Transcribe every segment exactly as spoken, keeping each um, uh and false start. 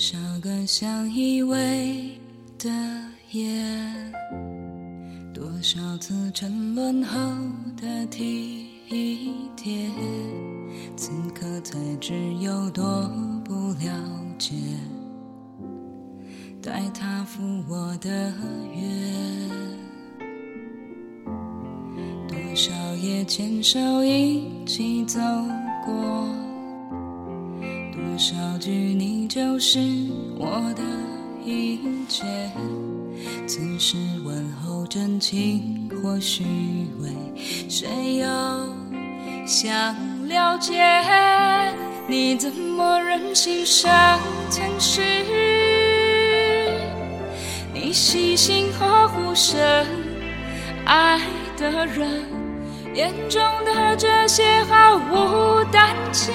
少个相依偎的夜，多少次沉沦后的体贴，此刻才知有多不了解，待他赴我的约。多少夜牵手一起走过，多少句你就是我的一切，此时问候真情或虚伪，谁又想了解？你怎么忍心伤曾是你细心呵护深爱的人，眼中的这些毫无胆怯，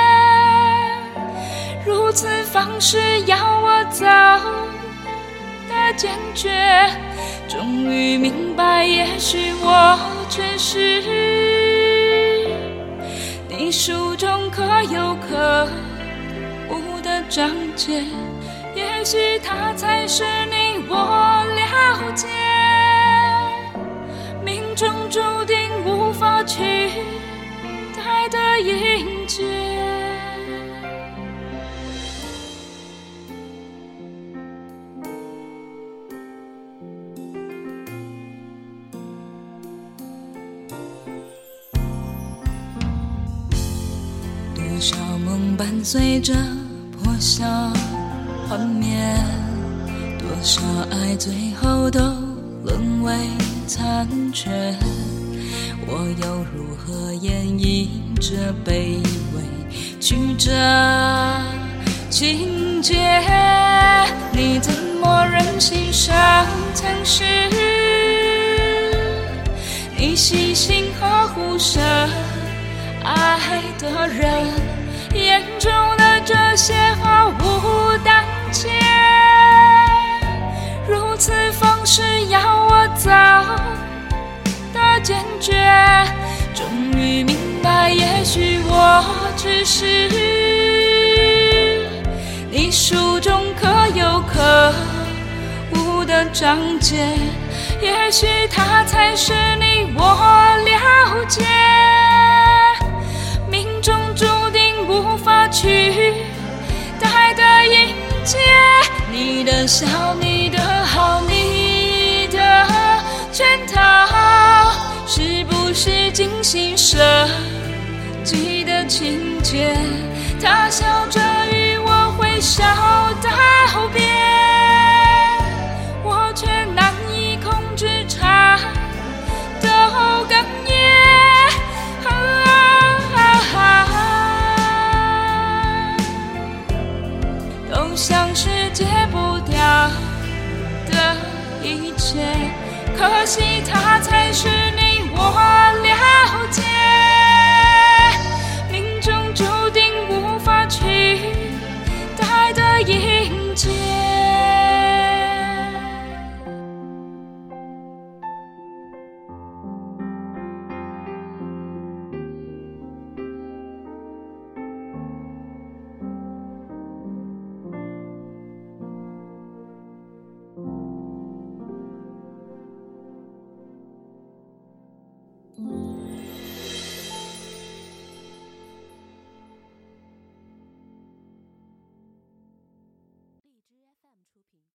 如此方式要我走的坚决，终于明白，也许我只是你书中可有可无的章节，也许他才是你我了解，命中注定无法取代的迎接。多少梦伴随着破晓幻灭，多少爱最后都沦为残缺，我又如何演绎这卑微曲折情节？你怎么忍心伤曾是你细心呵护深爱的人，眼中的这些毫无胆怯，如此方式要我走的坚决，终于明白，也许我只是你书中可有可无的章节，也许他才是你我了解，命中注定无法取代的迎接。你的笑，你的好，你的圈套，是不是精心设计的情节？他笑着与我挥手道别，我却难以控制颤抖哽咽。都像是戒不掉的一切，可惜他才是你我